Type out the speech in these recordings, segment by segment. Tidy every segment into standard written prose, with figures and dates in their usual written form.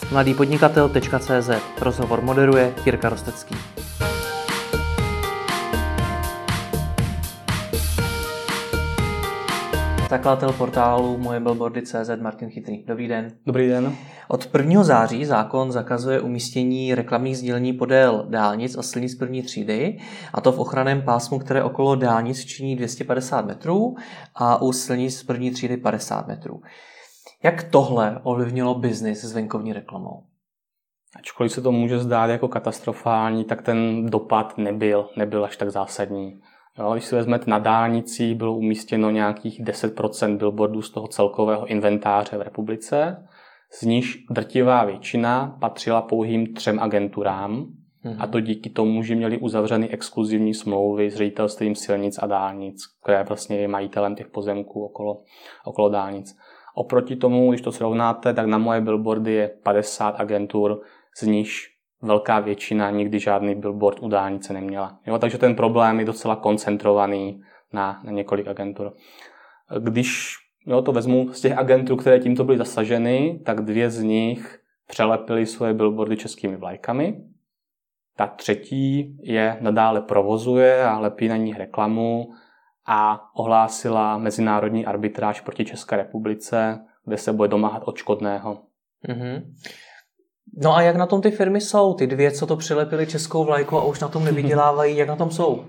mladýpodnikatel.cz. Rozhovor moderuje Jirka Rostecký. Zakladatel portálu mojebillboardy.cz Martin Chytrý. Dobrý den. Dobrý den. Od 1. září zákon zakazuje umístění reklamních sdělení podél dálnic a silnic první třídy, a to v ochranném pásmu, které okolo dálnic činí 250 metrů a u silnic první třídy 50 metrů. Jak tohle ovlivnilo biznis s venkovní reklamou? Ačkoliv se to může zdát jako katastrofální, tak ten dopad nebyl až tak zásadní. Jo, když si vezmete, na dálnici bylo umístěno nějakých 10% billboardů z toho celkového inventáře v republice, z níž drtivá většina patřila pouhým 3 agenturám, a to díky tomu, že měli uzavřeny exkluzivní smlouvy s ředitelstvím silnic a dálnic, které vlastně je majitelem těch pozemků okolo dálnic. Oproti tomu, když to srovnáte, tak na moje billboardy je 50 agentur, z níž velká většina nikdy žádný billboard u dálnice neměla. Jo, takže ten problém je docela koncentrovaný na několik agentur. Když to vezmu z těch agentur, které tímto byly zasaženy, tak 2 z nich přelepily svoje billboardy českými vlajkami. Ta 3. je nadále provozuje a lepí na nich reklamu a ohlásila mezinárodní arbitráž proti České republice, kde se bude domáhat odškodného. Mm-hmm. No a jak na tom ty firmy jsou? Ty 2, co to přilepily českou vlajku a už na tom nevydělávají, jak na tom jsou?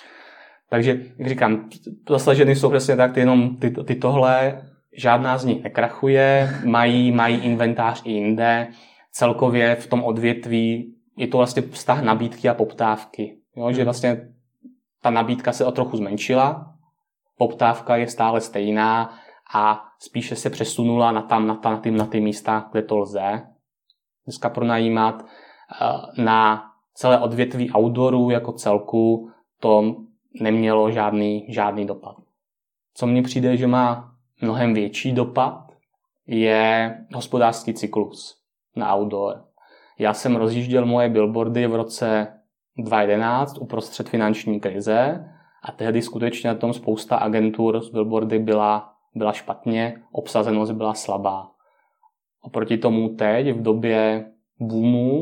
Takže, jak říkám, zasaženy jsou přesně tak, jenom ty tohle, žádná z nich nekrachuje, mají inventář i jinde. Celkově v tom odvětví je to vlastně vztah nabídky a poptávky. Jo, že vlastně ta nabídka se o trochu zmenšila, poptávka je stále stejná a spíše se přesunula na ty místa, kde to lze. Dneska pronajímat na celé odvětví outdooru jako celku to nemělo žádný dopad. Co mně přijde, že má mnohem větší dopad, je hospodářský cyklus na outdoor. Já jsem rozjížděl moje billboardy v roce 2011 uprostřed finanční krize a tehdy skutečně na tom spousta agentur z billboardy byla špatně, obsazenost byla slabá. Oproti tomu teď, v době boomu,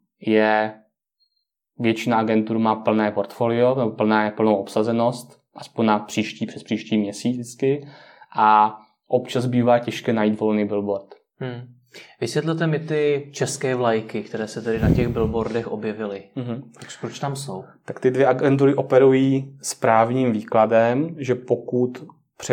je většina agentur má plné portfolio, plnou obsazenost, aspoň přes příští měsíc vždycky, a občas bývá těžké najít volný billboard. Vysvětlete mi ty české vlajky, které se tedy na těch billboardech objevily. Proč tam jsou? Tak ty 2 agentury operují s právním výkladem, že pokud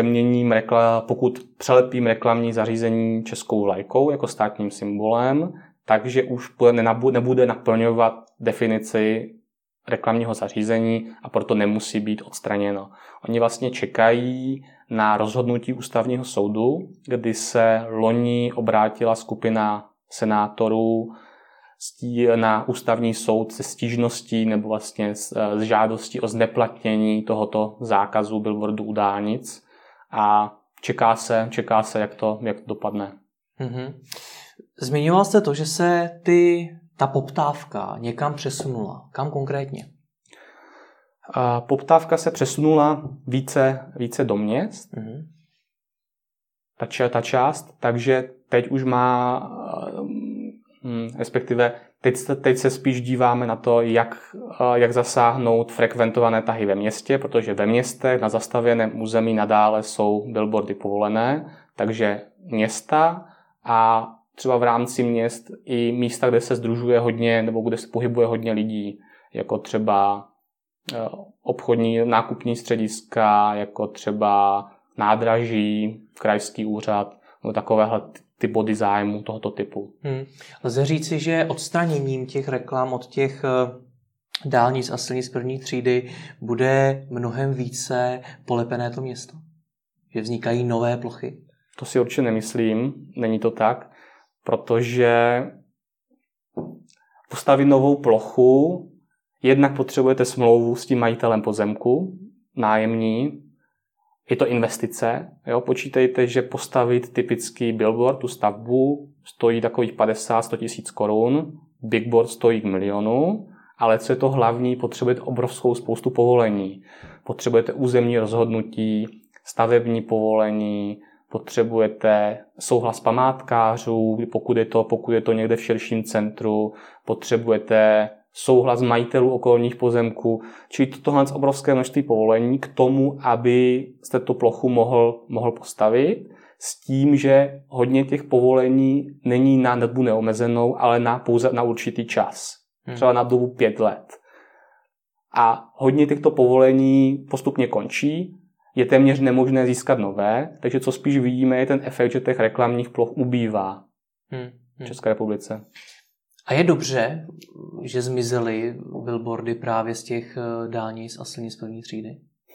přelepím reklamní zařízení českou vlajkou jako státním symbolem, takže už nebude naplňovat definici reklamního zařízení a proto nemusí být odstraněno. Oni vlastně čekají na rozhodnutí ústavního soudu, kdy se loni obrátila skupina senátorů na ústavní soud se stížností nebo vlastně s žádostí o zneplatnění tohoto zákazu billboardu u dálnic. A čeká se, jak to dopadne. Zmiňoval jste to, že se ta poptávka někam přesunula. Kam konkrétně? Poptávka se přesunula více do měst. Ta část, takže teď už má, respektive teď se spíš díváme na to, jak zasáhnout frekventované tahy ve městě, protože ve městech na zastavěném území nadále jsou billboardy povolené, takže města a třeba v rámci měst i místa, kde se sdružuje hodně nebo kde se pohybuje hodně lidí, jako třeba obchodní nákupní střediska, jako třeba nádraží, krajský úřad, nebo takovéhle ty body zájmu tohoto typu. Lze říci, že odstraněním těch reklam od těch dálnic a silnic první třídy bude mnohem více polepené to město? Že vznikají nové plochy? To si určitě nemyslím, není to tak, protože postavit novou plochu, jednak potřebujete smlouvu s tím majitelem pozemku, nájemní, je to investice. Jo? Počítejte, že postavit typický billboard, tu stavbu, stojí takových 50-100 tisíc korun, bigboard stojí 1 milionu, ale co je to hlavní, potřebujete obrovskou spoustu povolení. Potřebujete územní rozhodnutí, stavební povolení, potřebujete souhlas památkářů, pokud je to někde v širším centru, potřebujete souhlas majitelů okolních pozemků, čili tohle obrovské množství povolení k tomu, aby jste tu plochu mohl postavit, s tím, že hodně těch povolení není na dobu neomezenou, ale pouze na určitý čas. Třeba na dobu 5 let. A hodně těchto povolení postupně končí, je téměř nemožné získat nové, takže co spíš vidíme, je ten efekt, že těch reklamních ploch ubývá v České republice. A je dobře, že zmizely billboardy právě z těch dálnic a silnic první třídy?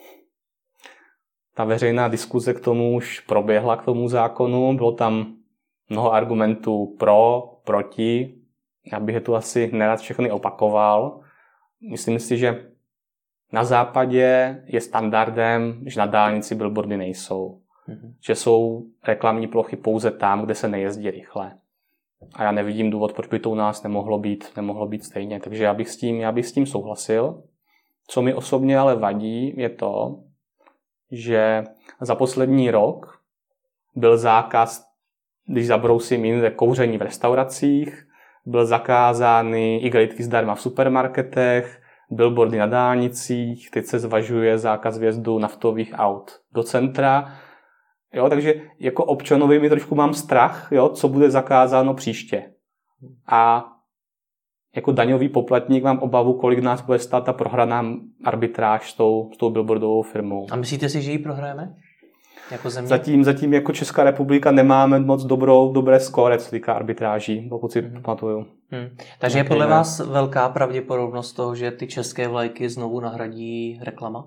Ta veřejná diskuze k tomu už proběhla, k tomu zákonu. Bylo tam mnoho argumentů pro, proti. Já bych je tu asi nerad všechny opakoval. Myslím si, že na západě je standardem, že na dálnici billboardy nejsou. Že jsou reklamní plochy pouze tam, kde se nejezdí rychle. A já nevidím důvod, proč by to u nás nemohlo být stejně. Takže já bych s tím souhlasil. Co mi osobně ale vadí, je to, že za poslední rok byl zákaz, když zabrousím jinde, kouření v restauracích, byl zakázány igelitky zdarma v supermarketech, billboardy na dálnicích, teď se zvažuje zákaz vjezdu naftových aut do centra. Jo, takže jako občanovi mi trošku mám strach, jo, co bude zakázáno příště. A jako daňový poplatník mám obavu, kolik nás bude stát ta prohraná arbitráž s tou billboardovou firmou. A myslíte si, že ji prohrajeme? Jako země? Zatím jako Česká republika nemáme moc dobré skóre, co týká arbitráží, pokud si pamatuju. Takže je podle vás velká pravděpodobnost toho, že ty české vlajky znovu nahradí reklama?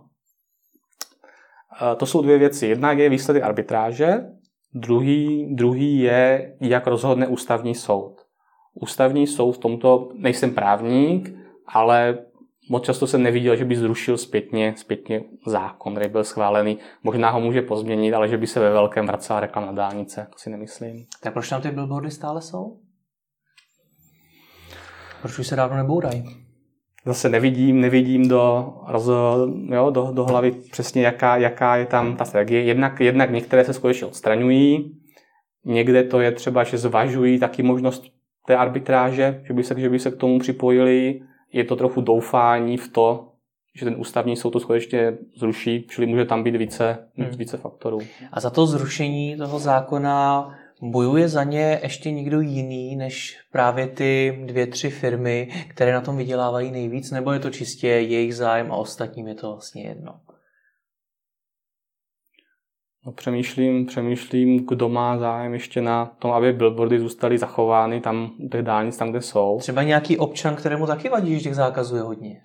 To jsou dvě věci. Jednak je výsledek arbitráže, druhý je, jak rozhodne ústavní soud. Ústavní soud v tomto, nejsem právník, ale moc často jsem neviděl, že by zrušil zpětně zákon, který byl schválený. Možná ho může pozměnit, ale že by se ve velkém vracela reklama na dálnice, to si nemyslím. Tak proč tam ty billboardy stále jsou? Proč už se dávno nebourají? Zase nevidím do hlavy přesně, jaká je tam ta strategie. Jednak některé se skutečně odstraňují, někde to je třeba, že zvažují taky možnost té arbitráže, že by se k tomu připojili. Je to trochu doufání v to, že ten ústavní soud to skutečně zruší, čili může tam být více faktorů. A za to zrušení toho zákona bojuje za ně ještě někdo jiný než právě ty 2-3 firmy, které na tom vydělávají nejvíc, nebo je to čistě jejich zájem a ostatním je to vlastně jedno? No, přemýšlím, kdo má zájem ještě na tom, aby billboardy zůstaly zachovány tam u těch dálnic, tam, kde jsou. Třeba nějaký občan, kterému taky vadí, že těch zákazů je hodně.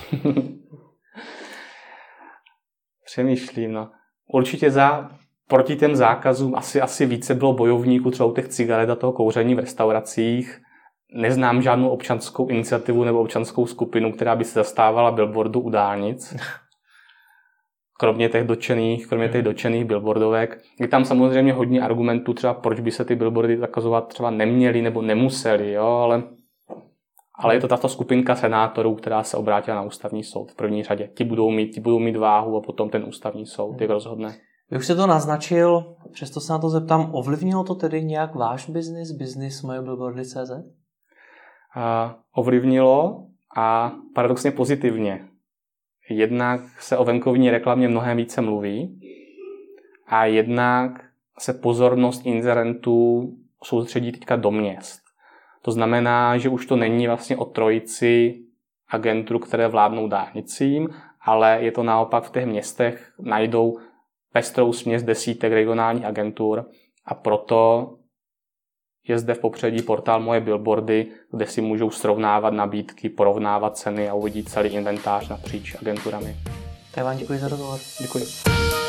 Přemýšlím, no. Určitě proti těm zákazům asi více bylo bojovníků třeba u těch cigaret a toho kouření v restauracích. Neznám žádnou občanskou iniciativu nebo občanskou skupinu, která by se zastávala billboardu u dálnic. Kromě těch dotčených billboardovek. Je tam samozřejmě hodně argumentů, třeba proč by se ty billboardy zakazovat třeba neměly nebo nemuseli, jo, ale je to tato skupinka senátorů, která se obrátila na ústavní soud v první řadě. Ti budou mít váhu a potom ten ústavní soud jak rozhodne. Vy už jste to naznačil, přesto se na to zeptám, ovlivnilo to tedy nějak váš biznis mojebillboardy.cz? Ovlivnilo a paradoxně pozitivně. Jednak se o venkovní reklamě mnohem více mluví a jednak se pozornost inzerentů soustředí teďka do měst. To znamená, že už to není vlastně o trojici agentur, které vládnou dálnicím, ale je to naopak v těch městech najdou pestrou směs desítek regionálních agentur a proto je zde v popředí portál Moje billboardy, kde si můžou srovnávat nabídky, porovnávat ceny a uvidí celý inventář napříč agenturami. Tak vám děkuji za rozhovor. Děkuji.